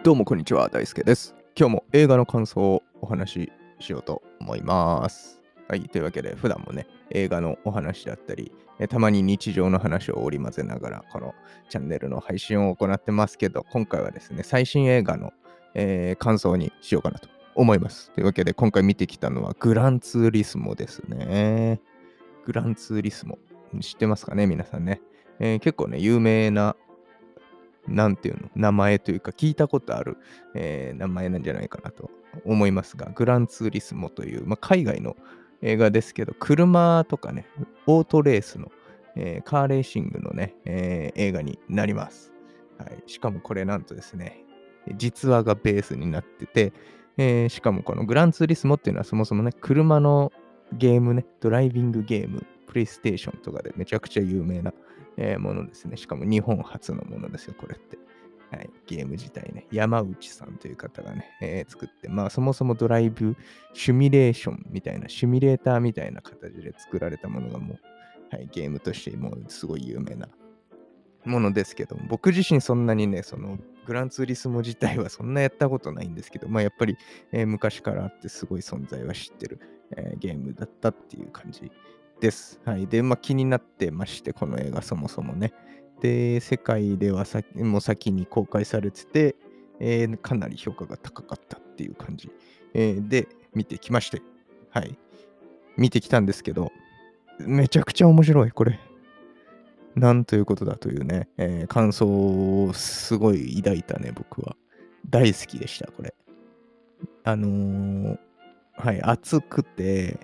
どうもこんにちは、大輔です。今日も映画の感想をお話ししようと思います。はい、というわけで、普段もね、映画のお話だったり、たまに日常の話を織り交ぜながら、このチャンネルの配信を行ってますけど、今回はですね、最新映画の、感想にしようかなと思います。というわけで、今回見てきたのは、グランツーリスモですね。グランツーリスモ。知ってますかね、皆さんね。結構ね、有名ななんていうの、名前というか聞いたことある、名前なんじゃないかなと思いますが、グランツーリスモという、海外の映画ですけど、車とかね、オートレースの、カーレーシングのね、映画になります。はい。しかもこれなんとですね、実話がベースになってて、しかもこのグランツーリスモっていうのはそもそもね、車のゲームね、ドライビングゲーム、プレイステーションとかでめちゃくちゃ有名なものですね。しかも日本初のものですよ、これって。はい、ゲーム自体ね。山内さんという方がね、作って、そもそもドライブシミュレーションみたいな、シミュレーターみたいな形で作られたものがもう、はい、ゲームとしてもうすごい有名なものですけども、僕自身そんなにね、そのグランツーリスモ自体はそんなやったことないんですけど、やっぱり、昔からあってすごい存在は知ってる、ゲームだったっていう感じです。はい。で、気になってまして、この映画そもそもね。で、世界ではもう先に公開されてて、かなり評価が高かったっていう感じ、で見てきまして、はい。見てきたんですけど、めちゃくちゃ面白い、これ。なんということだというね、感想をすごい抱いたね、僕は。大好きでした、これ。あのーはい、熱くて、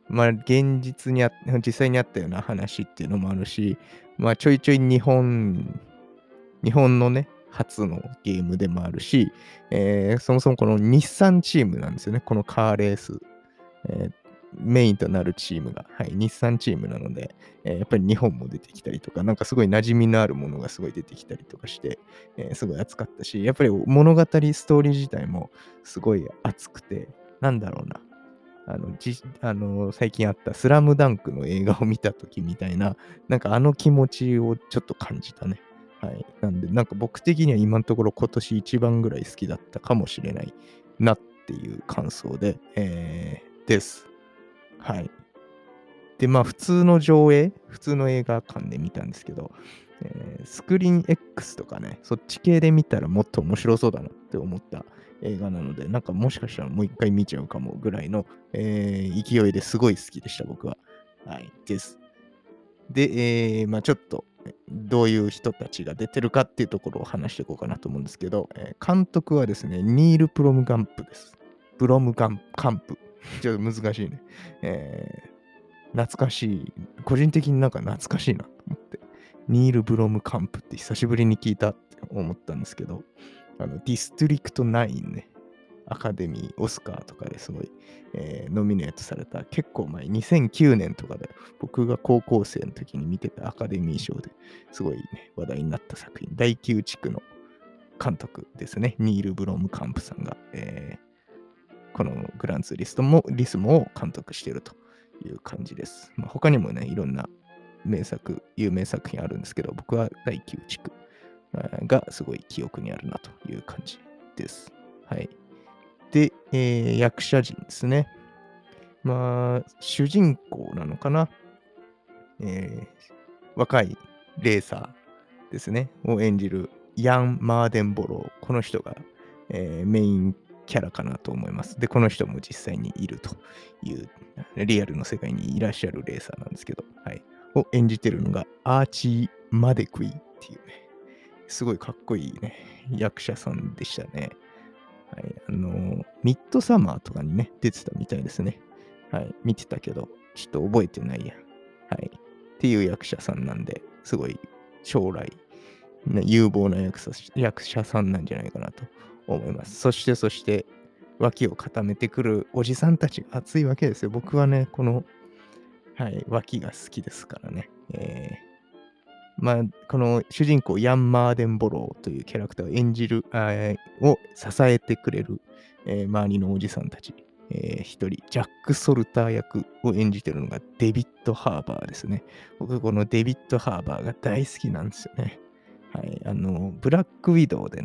実際にあったような話っていうのもあるし、ちょいちょい日本のね、初のゲームでもあるし、そもそもこの日産チームなんですよね、このカーレース。えーメインとなるチームが、はい、日産チームなので、やっぱり日本も出てきたりとか、なんかすごい馴染みのあるものがすごい出てきたりとかして、すごい熱かったし、やっぱり物語ストーリー自体もすごい熱くて、なんだろうな、最近あったスラムダンクの映画を見た時みたいな、なんかあの気持ちをちょっと感じたね。はい。なんで、なんか僕的には今のところ今年一番ぐらい好きだったかもしれないなっていう感想で、です。はい。で、普通の映画館で見たんですけど、スクリーン X とかね、そっち系で見たらもっと面白そうだなって思った映画なので、なんかもしかしたらもう一回見ちゃうかもぐらいの、勢いですごい好きでした、僕は。はい、です。で、ちょっと、どういう人たちが出てるかっていうところを話していこうかなと思うんですけど、監督はですね、ニール・プロムガンプです。カンプ。ちょっと難しいね。懐かしい。個人的になんか懐かしいなと思って。ニール・ブロムカンプって久しぶりに聞いたって思ったんですけど、ディストリクト9ね、アカデミー、オスカーとかですごい、ノミネートされた、結構前、2009年とかで、僕が高校生の時に見てたアカデミー賞ですごいね、話題になった作品、第9地区の監督ですね、ニール・ブロムカンプさんが、このグランツーリスモを監督しているという感じです。他にもね、いろんな有名作品あるんですけど、僕は第9地区がすごい記憶にあるなという感じです。はい。で、役者陣ですね。主人公なのかな、若いレーサーですね、を演じるヤン・マーデンボロー。この人が、メインキャラかなと思います。で、この人も実際にいるという、リアルの世界にいらっしゃるレーサーなんですけど、はい。を演じてるのがアーチー・マデクイっていうね、すごいかっこいいね、役者さんでしたね。はい。ミッドサマーとかにね、出てたみたいですね。はい。見てたけど、ちょっと覚えてないや。はい。っていう役者さんなんで、すごい将来、有望な役者さんなんじゃないかなと思います。そして、脇を固めてくるおじさんたちが熱いわけですよ。僕はね、はい、脇が好きですからね。この主人公、ヤン・マーデンボローというキャラクターを演じる、を支えてくれる、周りのおじさんたち、一人、ジャック・ソルター役を演じてるのがデビッド・ハーバーですね。僕、このデビッド・ハーバーが大好きなんですよね。はい、ブラック・ウィドウでね、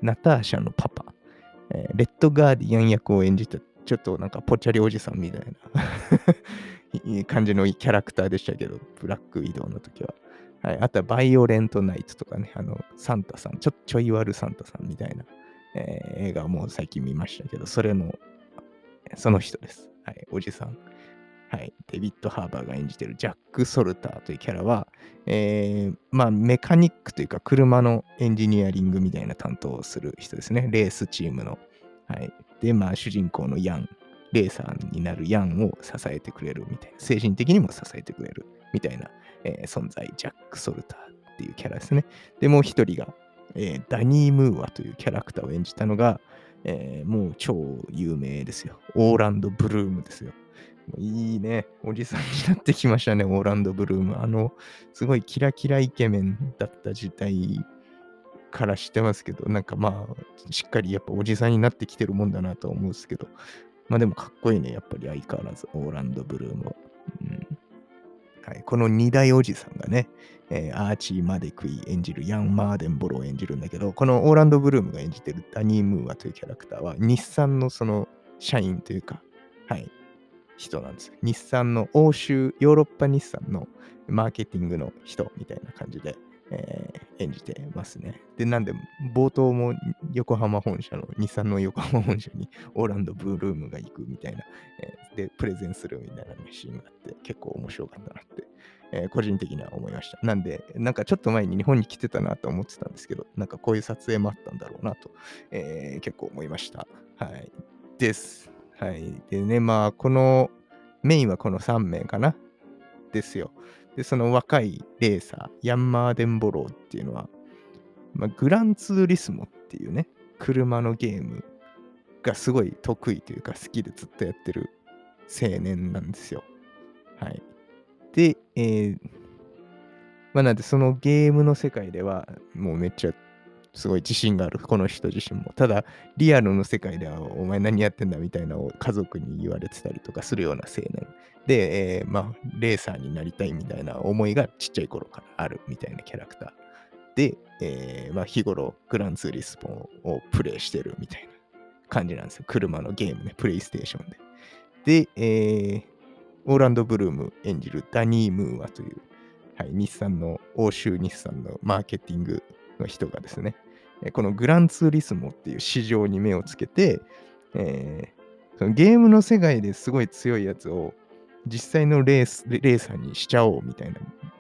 ナターシャのパパ、レッドガーディアン役を演じた、ちょっとなんかぽっちゃりおじさんみたいないい感じのキャラクターでしたけど、ブラック移動の時は。はい、あとはバイオレントナイトとかね、サンタさん、ちょい悪サンタさんみたいな、映画も最近見ましたけど、その人です。はい、おじさん。はい、デビッド・ハーバーが演じているジャック・ソルターというキャラは、まあ、メカニックというか、車のエンジニアリングみたいな担当をする人ですね。レースチームの。はい。で、まあ、主人公のヤン、レーサーになるヤンを支えてくれるみたいな、精神的にも支えてくれるみたいな、存在、ジャック・ソルターっていうキャラですね。で、もう一人が、ダニー・ムーアというキャラクターを演じたのが、もう超有名ですよ。オーランド・ブルームですよ。いいね。おじさんになってきましたね、オーランド・ブルーム。すごいキラキライケメンだった時代からしてますけど、なんかまあ、しっかりやっぱおじさんになってきてるもんだなとは思うんですけど、まあでもかっこいいね、やっぱり相変わらず、オーランド・ブルームは。はい、この二大おじさんがね、アーチー・マデクイ演じるヤン・マーデンボロを演じるんだけど、このオーランド・ブルームが演じてるダニー・ムーアというキャラクターは、日産のその社員というか、はい、人なんですよ。日産の欧州、ヨーロッパ日産のマーケティングの人みたいな感じで、演じてますね。で、なんで、冒頭も横浜本社の、日産の横浜本社にオーランド・ブルームが行くみたいな、で、プレゼンするみたいな、ね、シーンがあって、結構面白かったなって、個人的には思いました。なんで、なんかちょっと前に日本に来てたなと思ってたんですけど、なんかこういう撮影もあったんだろうなと、結構思いました。はい。です。はい。でね、まあ、メインはこの3名かなですよ。で、その若いレーサー、ヤンマーデンボローっていうのは、まあ、グランツーリスモっていうね、車のゲームがすごい得意というか好きでずっとやってる青年なんですよ。はい。で、まあ、なんでそのゲームの世界ではもうめっちゃすごい自信がある、この人自身も。ただ、リアルの世界では、お前何やってんだみたいなのを家族に言われてたりとかするような青年。で、まあ、レーサーになりたいみたいな思いがちっちゃい頃からあるみたいなキャラクター。で、まあ、日頃、グランツーリスポをプレイしてるみたいな感じなんですよ。車のゲームね、プレイステーションで。で、オーランド・ブルーム演じるダニー・ムーアという、はい、欧州日産のマーケティングの人がですね、このグランツーリスモっていう市場に目をつけて、そのゲームの世界ですごい強いやつを実際のレーサーにしちゃおうみたいな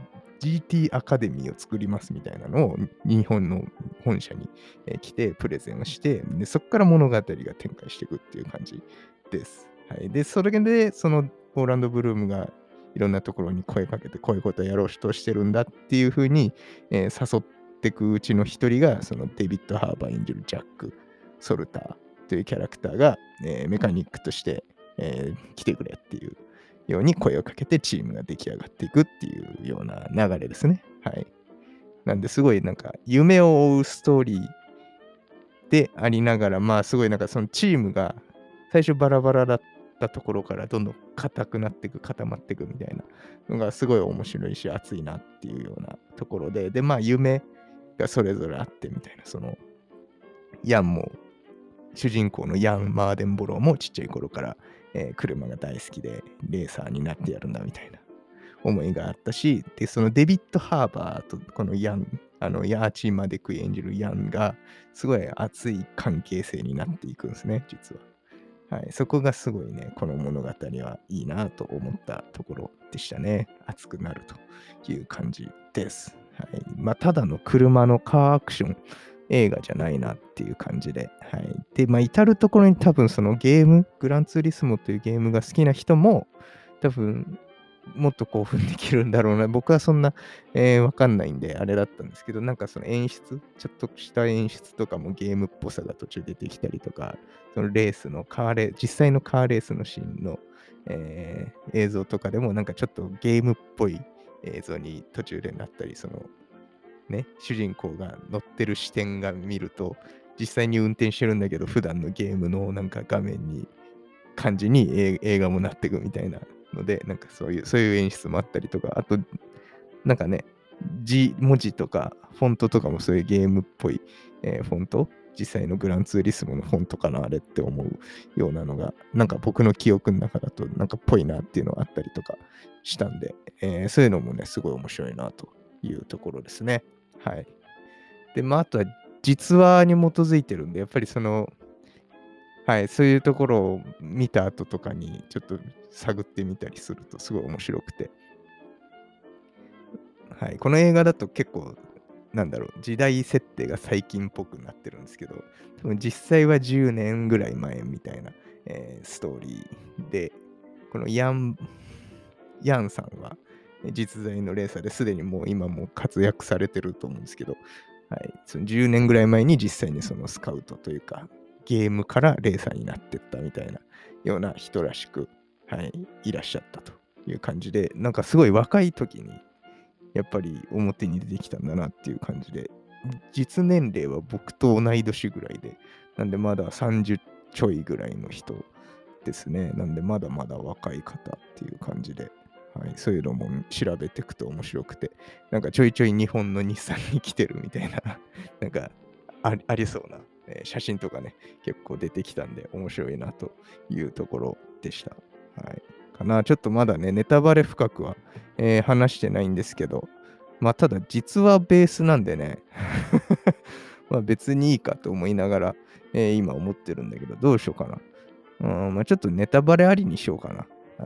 GT アカデミーを作りますみたいなのを日本の本社に来てプレゼンをして、でそこから物語が展開していくっていう感じです。はい、で、それでそのオーランド・ブルームがいろんなところに声かけてこういうことをやろうとしてるんだっていう風に、誘っていくうちの一人がそのデビッド・ハーバー演じるジャック・ソルターというキャラクターが、メカニックとして、来てくれっていうように声をかけてチームが出来上がっていくっていうような流れですね。はい。なんですごいなんか夢を追うストーリーでありながら、まあすごいなんかそのチームが最初バラバラだったところからどんどん硬くなっていく、固まっていくみたいなのがすごい面白いし熱いなっていうようなところで、でまあ夢がそれぞれあってみたいな、そのヤンも主人公のヤン・マーデンボローもちっちゃい頃から、車が大好きでレーサーになってやるんだみたいな思いがあったし、で、そのデビッド・ハーバーとこのヤン、ヤーチー・マデクイ演じるヤンが、すごい熱い関係性になっていくんですね、実は。はい、そこがすごいね、この物語はいいなと思ったところでしたね。熱くなるという感じです。はい、まあ、ただの車のカーアクション映画じゃないなっていう感じで。はい、で、まあ、至るところに多分そのゲーム、グランツーリスモというゲームが好きな人も、多分もっと興奮できるんだろうな。僕はそんな、わかんないんで、あれだったんですけど、なんかその演出、ちょっとした演出とかもゲームっぽさが途中出てきたりとか、そのレースの実際のカーレースのシーンの、映像とかでもなんかちょっとゲームっぽい映像に途中でなったり、そのね、主人公が乗ってる視点が見ると、実際に運転してるんだけど、普段のゲームのなんか画面に感じに映画もなっていくみたいなので、なんかそういう演出もあったりとか、あと、なんかね、文字とかフォントとかもそういうゲームっぽい、フォント実際のグランツーリスモのフォントかなあれって思うようなのが、なんか僕の記憶の中だとなんかっぽいなっていうのがあったりとかしたんで、そういうのもね、すごい面白いなというところですね。はい。で、まあ、あとは実話に基づいてるんで、やっぱりその、はい、そういうところを見た後とかにちょっと探ってみたりするとすごい面白くて、はい、この映画だと結構、なんだろう、時代設定が最近っぽくなってるんですけど、多分実際は10年ぐらい前みたいな、ストーリーで、このヤンさんは実在のレーサーですでにもう今も活躍されてると思うんですけど、はい、その10年ぐらい前に実際にそのスカウトというか、ゲームからレーサーになってったみたいなような人らしく、はい、いらっしゃったという感じで、なんかすごい若い時にやっぱり表に出てきたんだなっていう感じで、実年齢は僕と同い年ぐらいで、なんでまだ30ちょいぐらいの人ですね。なんでまだまだ若い方っていう感じで、はい、そういうのも調べていくと面白くて、なんかちょいちょい日本の日産に来てるみたいな、なんかありそうな、写真とかね、結構出てきたんで面白いなというところでした。はい。かな。ちょっとまだね、ネタバレ深くは、話してないんですけど、まあただ実はベースなんでね、まあ別にいいかと思いながら、今思ってるんだけど、どうしようかな。まあ、ちょっとネタバレありにしようかな。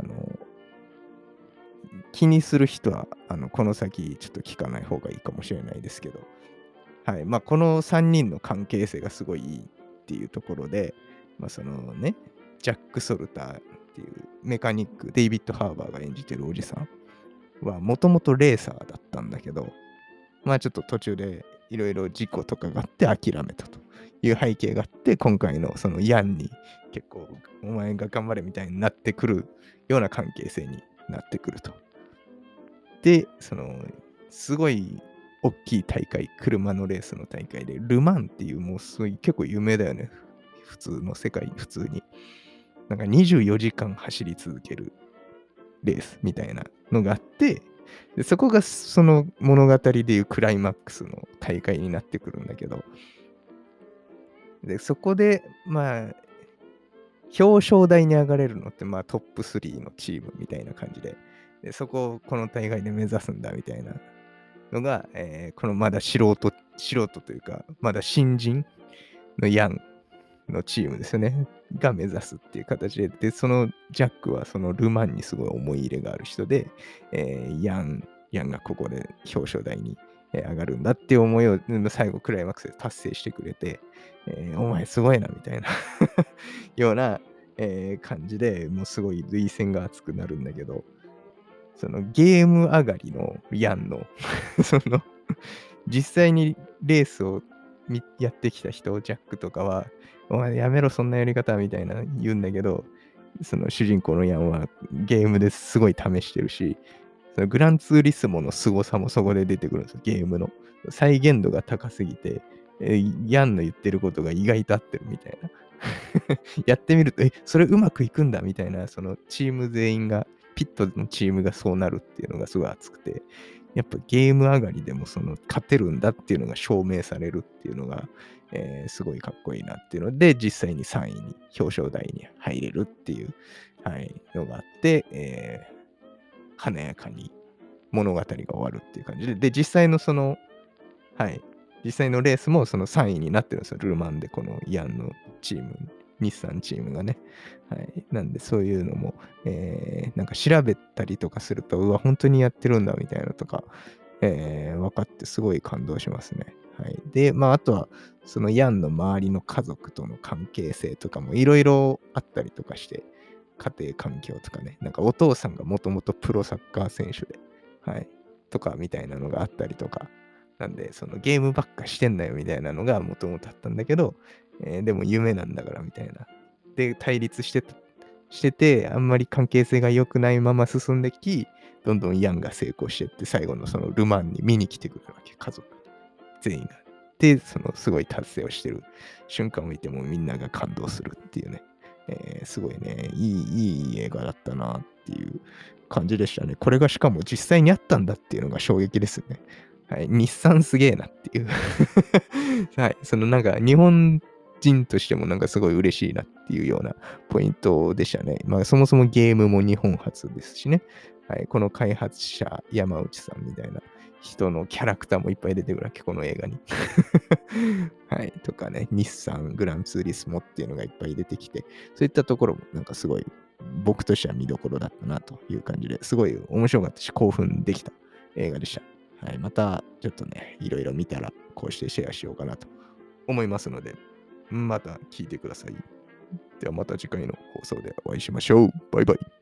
気にする人は、この先ちょっと聞かない方がいいかもしれないですけど、はい。まあ、この3人の関係性がすごいいいっていうところで、まあ、そのね、ジャック・ソルターっていうメカニック、デイビッド・ハーバーが演じてるおじさんは、もともとレーサーだったんだけど、まあちょっと途中でいろいろ事故とかがあって諦めたという背景があって、今回のそのヤンに結構お前が頑張れみたいになってくるような関係性になってくると。で、そのすごい大きい大会、車のレースの大会で、ルマンっていうもうすごい結構有名だよね。普通の世界、普通に。なんか24時間走り続けるレースみたいなのがあって、でそこがその物語でいうクライマックスの大会になってくるんだけど、でそこで、まあ、表彰台に上がれるのって、まあ、トップ3のチームみたいな感じで、でそこをこの大会で目指すんだみたいなのが、このまだ素人というか、まだ新人のヤンのチームですよね。が目指すっていう形で、で、そのジャックはそのルマンにすごい思い入れがある人で、ヤンがここで表彰台に上がるんだっていう思いを最後クライマックスで達成してくれて、お前すごいなみたいなような、感じでもうすごい涙腺が熱くなるんだけど、そのゲーム上がりのヤンのその実際にレースをやってきた人、ジャックとかは、お前やめろ、そんなやり方みたいな言うんだけど、その主人公のヤンはゲームですごい試してるし、そのグランツーリスモの凄さもそこで出てくるんですよ、ゲームの。再現度が高すぎて、ヤンの言ってることが意外と合ってるみたいな。やってみると、それうまくいくんだみたいな、そのチーム全員が、ピットのチームがそうなるっていうのがすごい熱くて、やっぱゲーム上がりでもその勝てるんだっていうのが証明されるっていうのが、すごいかっこいいなっていうので、実際に3位に表彰台に入れるっていう、はい、のがあって、華やかに物語が終わるっていう感じで、で、実際のその、はい、実際のレースもその3位になってるんですよ、ルーマンでこのイアンのチーム、日産チームがね。はい。なんでそういうのも、なんか調べたりとかすると、うわ、本当にやってるんだみたいなのとか、分かってすごい感動しますね。はい。で、まあ、あとは、そのヤンの周りの家族との関係性とかもいろいろあったりとかして、家庭環境とかね、なんかお父さんがもともとプロサッカー選手で、はい。とかみたいなのがあったりとか、なんで、そのゲームばっかしてんなよみたいなのがもともとあったんだけど、でも夢なんだからみたいな。で、対立してて、あんまり関係性が良くないまま進んでき、どんどんヤンが成功してって、最後のそのルマンに見に来てくれるわけ、家族全員が。で、そのすごい達成をしてる瞬間を見てもみんなが感動するっていうね、すごいね、いい映画だったなっていう感じでしたね。これがしかも実際にあったんだっていうのが衝撃ですね。はい、日産すげえなっていうはい。そのなんか日本人としてもなんかすごい嬉しいなっていうようなポイントでしたね。まあそもそもゲームも日本初ですしね。はい。この開発者、山内さんみたいな人のキャラクターもいっぱい出てくるわけ、この映画に。はい。とかね、日産グランツーリスモっていうのがいっぱい出てきて、そういったところもなんかすごい僕としては見どころだったなという感じですごい面白かったし興奮できた映画でした。はい。またちょっとね、いろいろ見たらこうしてシェアしようかなと思いますので、また聞いてください。ではまた次回の放送でお会いしましょう。バイバイ。